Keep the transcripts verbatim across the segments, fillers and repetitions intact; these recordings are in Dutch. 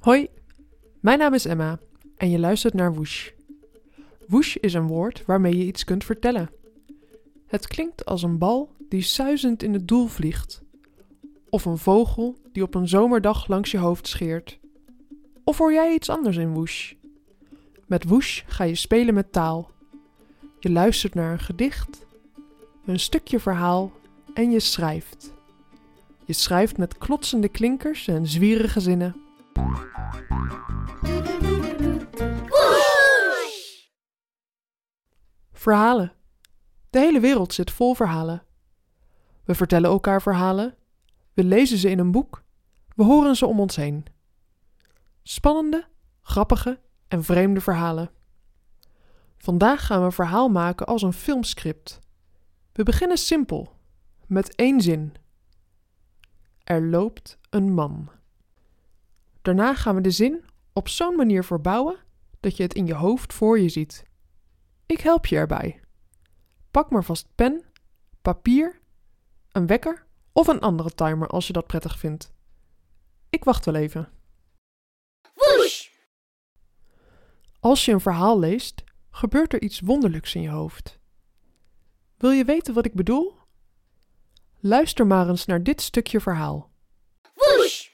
Hoi, mijn naam is Emma en je luistert naar Woosh. Woosh is een woord waarmee je iets kunt vertellen. Het klinkt als een bal die suizend in het doel vliegt. Of een vogel die op een zomerdag langs je hoofd scheert. Of hoor jij iets anders in Woosh? Met Woosh ga je spelen met taal. Je luistert naar een gedicht, een stukje verhaal en je schrijft. Je schrijft met klotsende klinkers en zwierige zinnen. Woosh! Verhalen. De hele wereld zit vol verhalen. We vertellen elkaar verhalen. We lezen ze in een boek. We horen ze om ons heen. Spannende, grappige en vreemde verhalen. Vandaag gaan we een verhaal maken als een filmscript. We beginnen simpel, met één zin. Er loopt een man. Daarna gaan we de zin op zo'n manier verbouwen dat je het in je hoofd voor je ziet. Ik help je erbij. Pak maar vast pen, papier, een wekker of een andere timer als je dat prettig vindt. Ik wacht wel even. Woosh! Als je een verhaal leest, gebeurt er iets wonderlijks in je hoofd. Wil je weten wat ik bedoel? Luister maar eens naar dit stukje verhaal. Woosh!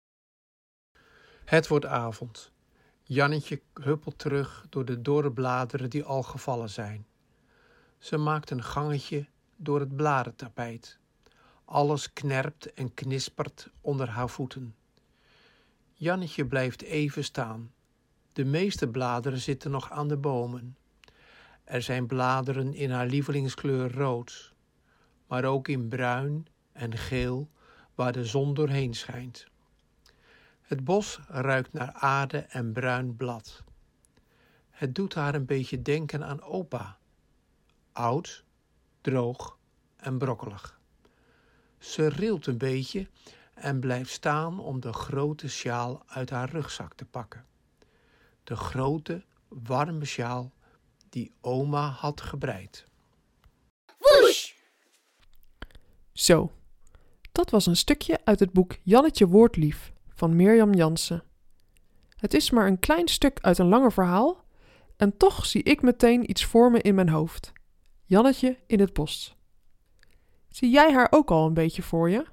Het wordt avond. Jannetje huppelt terug door de dorre bladeren die al gevallen zijn. Ze maakt een gangetje door het bladentapijt. Alles knerpt en knispert onder haar voeten. Jannetje blijft even staan. De meeste bladeren zitten nog aan de bomen. Er zijn bladeren in haar lievelingskleur rood, maar ook in bruin en geel waar de zon doorheen schijnt. Het bos ruikt naar aarde en bruin blad. Het doet haar een beetje denken aan opa. Oud, droog en brokkelig. Ze rilt een beetje en blijft staan om de grote sjaal uit haar rugzak te pakken. De grote, warme sjaal die oma had gebreid. Woosh! Zo, dat was een stukje uit het boek Jannetje Woordlief van Mirjam Jansen. Het is maar een klein stuk uit een langer verhaal en toch zie ik meteen iets voor me in mijn hoofd. Jannetje in het bos. Zie jij haar ook al een beetje voor je?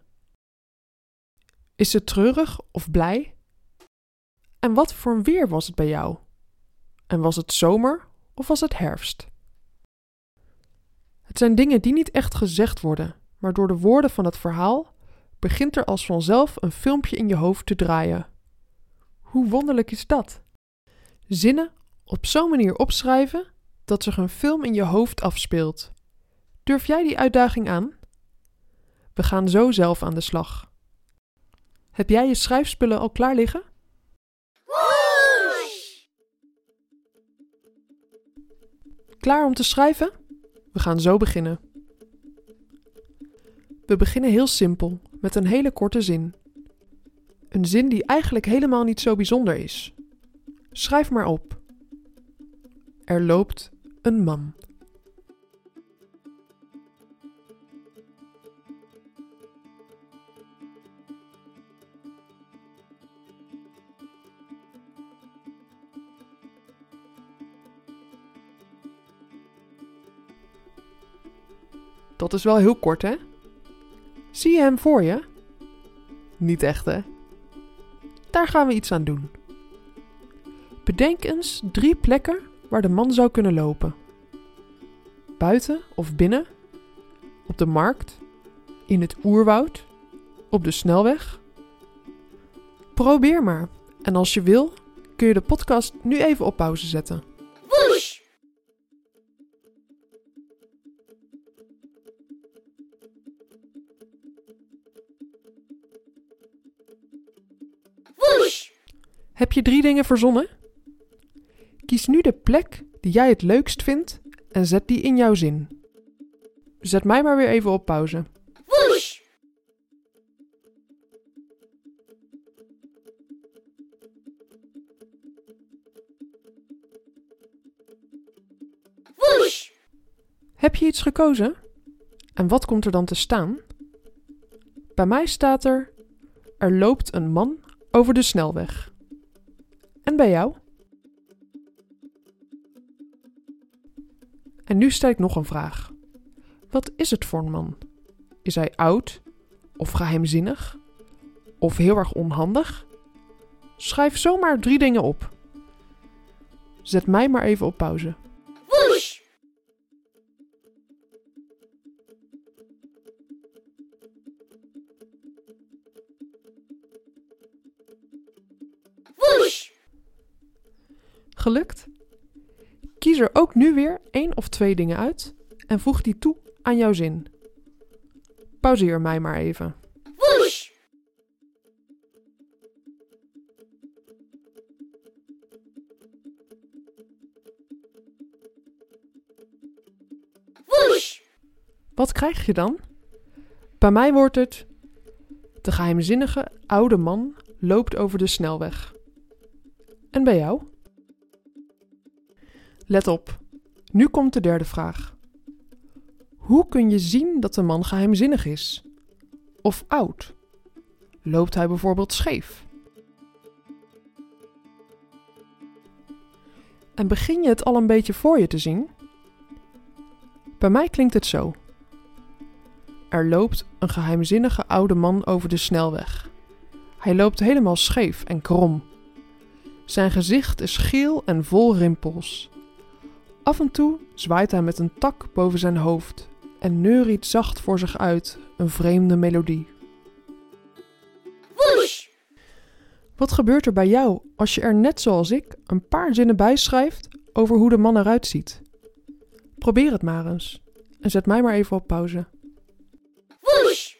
Is ze treurig of blij? En wat voor een weer was het bij jou? En was het zomer of was het herfst? Het zijn dingen die niet echt gezegd worden, maar door de woorden van het verhaal begint er als vanzelf een filmpje in je hoofd te draaien. Hoe wonderlijk is dat? Zinnen op zo'n manier opschrijven dat zich een film in je hoofd afspeelt. Durf jij die uitdaging aan? We gaan zo zelf aan de slag. Heb jij je schrijfspullen al klaar liggen? Woosh! Klaar om te schrijven? We gaan zo beginnen. We beginnen heel simpel, met een hele korte zin. Een zin die eigenlijk helemaal niet zo bijzonder is. Schrijf maar op. Er loopt een man. Dat is wel heel kort, hè? Zie je hem voor je? Niet echt, hè? Daar gaan we iets aan doen. Bedenk eens drie plekken waar de man zou kunnen lopen. Buiten of binnen, op de markt, in het oerwoud, op de snelweg. Probeer maar. En als je wil, kun je de podcast nu even op pauze zetten. Woosh! Woosh! Heb je drie dingen verzonnen? Kies nu de plek die jij het leukst vindt en zet die in jouw zin. Zet mij maar weer even op pauze. Woosh! Woosh! Heb je iets gekozen? En wat komt er dan te staan? Bij mij staat er: er loopt een man over de snelweg. En bij jou? En nu stel ik nog een vraag. Wat is het voor een man? Is hij oud? Of geheimzinnig? Of heel erg onhandig? Schrijf zomaar drie dingen op. Zet mij maar even op pauze. Woesh! Woesh! Gelukt? Kies er ook nu weer één of twee dingen uit en voeg die toe aan jouw zin. Pauzeer mij maar even. Woesh! Woesh! Wat krijg je dan? Bij mij wordt het: de geheimzinnige oude man loopt over de snelweg. En bij jou? Let op, nu komt de derde vraag. Hoe kun je zien dat de man geheimzinnig is? Of oud? Loopt hij bijvoorbeeld scheef? En begin je het al een beetje voor je te zien? Bij mij klinkt het zo. Er loopt een geheimzinnige oude man over de snelweg. Hij loopt helemaal scheef en krom. Zijn gezicht is geel en vol rimpels. Af en toe zwaait hij met een tak boven zijn hoofd en neuriet zacht voor zich uit een vreemde melodie. Woesh! Wat gebeurt er bij jou als je er net zoals ik een paar zinnen bij schrijft over hoe de man eruit ziet? Probeer het maar eens en zet mij maar even op pauze. Woesh!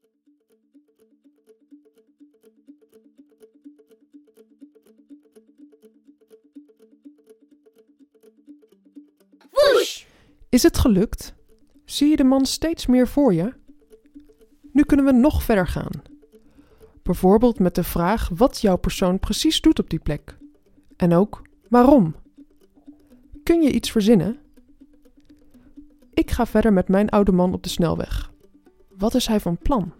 Woesh! Is het gelukt? Zie je de man steeds meer voor je? Nu kunnen we nog verder gaan. Bijvoorbeeld met de vraag wat jouw persoon precies doet op die plek. En ook waarom. Kun je iets verzinnen? Ik ga verder met mijn oude man op de snelweg. Wat is hij van plan?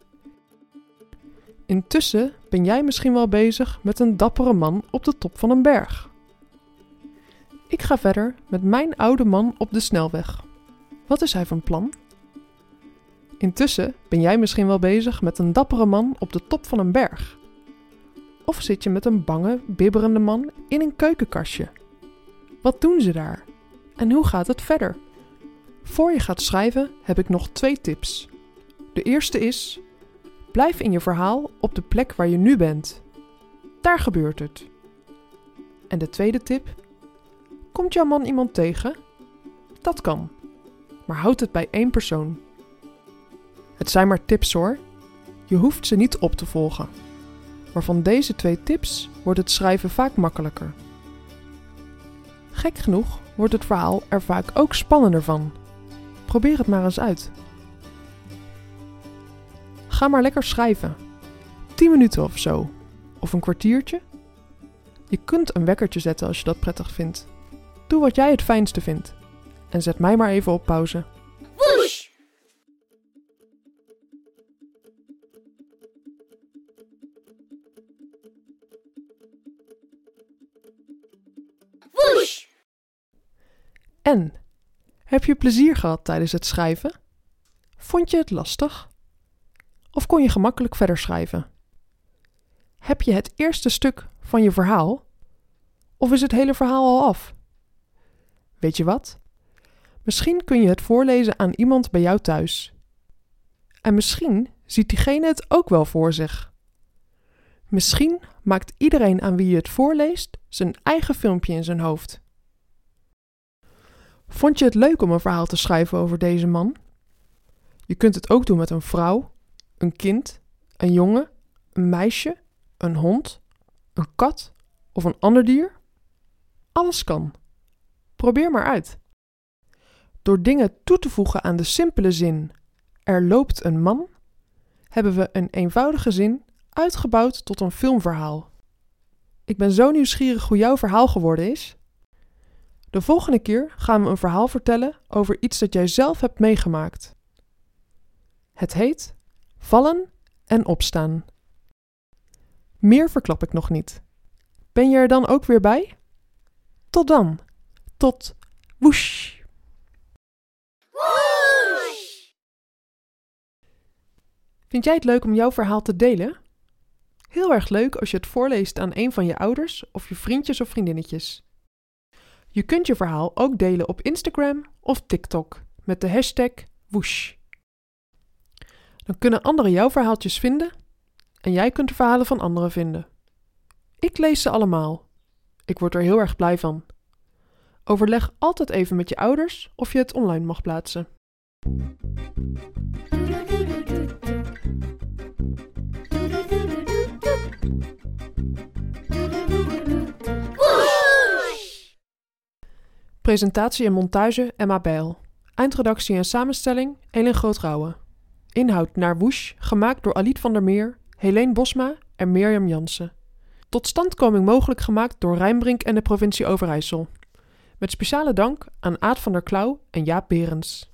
Intussen ben jij misschien wel bezig met een dappere man op de top van een berg. Ik ga verder met mijn oude man op de snelweg. Wat is hij van plan? Intussen ben jij misschien wel bezig met een dappere man op de top van een berg. Of zit je met een bange, bibberende man in een keukenkastje. Wat doen ze daar? En hoe gaat het verder? Voor je gaat schrijven heb ik nog twee tips. De eerste is: blijf in je verhaal op de plek waar je nu bent. Daar gebeurt het. En de tweede tip: komt jouw man iemand tegen? Dat kan, maar houd het bij één persoon. Het zijn maar tips hoor. Je hoeft ze niet op te volgen. Maar van deze twee tips wordt het schrijven vaak makkelijker. Gek genoeg wordt het verhaal er vaak ook spannender van. Probeer het maar eens uit. Ga maar lekker schrijven. tien minuten of zo. Of een kwartiertje. Je kunt een wekkertje zetten als je dat prettig vindt. Doe wat jij het fijnste vindt. En zet mij maar even op pauze. Woesh! Woesh! En? Heb je plezier gehad tijdens het schrijven? Vond je het lastig? Of kon je gemakkelijk verder schrijven? Heb je het eerste stuk van je verhaal? Of is het hele verhaal al af? Weet je wat? Misschien kun je het voorlezen aan iemand bij jou thuis. En misschien ziet diegene het ook wel voor zich. Misschien maakt iedereen aan wie je het voorleest zijn eigen filmpje in zijn hoofd. Vond je het leuk om een verhaal te schrijven over deze man? Je kunt het ook doen met een vrouw, een kind, een jongen, een meisje, een hond, een kat of een ander dier. Alles kan. Probeer maar uit. Door dingen toe te voegen aan de simpele zin "er loopt een man", hebben we een eenvoudige zin uitgebouwd tot een filmverhaal. Ik ben zo nieuwsgierig hoe jouw verhaal geworden is. De volgende keer gaan we een verhaal vertellen over iets dat jij zelf hebt meegemaakt. Het heet Vallen en Opstaan. Meer verklap ik nog niet. Ben je er dan ook weer bij? Tot dan. Tot woesh! Whoosh! Vind jij het leuk om jouw verhaal te delen? Heel erg leuk als je het voorleest aan een van je ouders of je vriendjes of vriendinnetjes. Je kunt je verhaal ook delen op Instagram of TikTok met de hashtag Woosh. Dan kunnen anderen jouw verhaaltjes vinden en jij kunt de verhalen van anderen vinden. Ik lees ze allemaal. Ik word er heel erg blij van. Overleg altijd even met je ouders of je het online mag plaatsen. Whoosh! Presentatie en montage Emma Bijl. Eindredactie en samenstelling Elin Grootrouwe. Inhoud naar Woosh gemaakt door Aliet van der Meer, Helene Bosma en Mirjam Jansen. Totstandkoming mogelijk gemaakt door Rijnbrink en de provincie Overijssel. Met speciale dank aan Aad van der Klauw en Jaap Berends.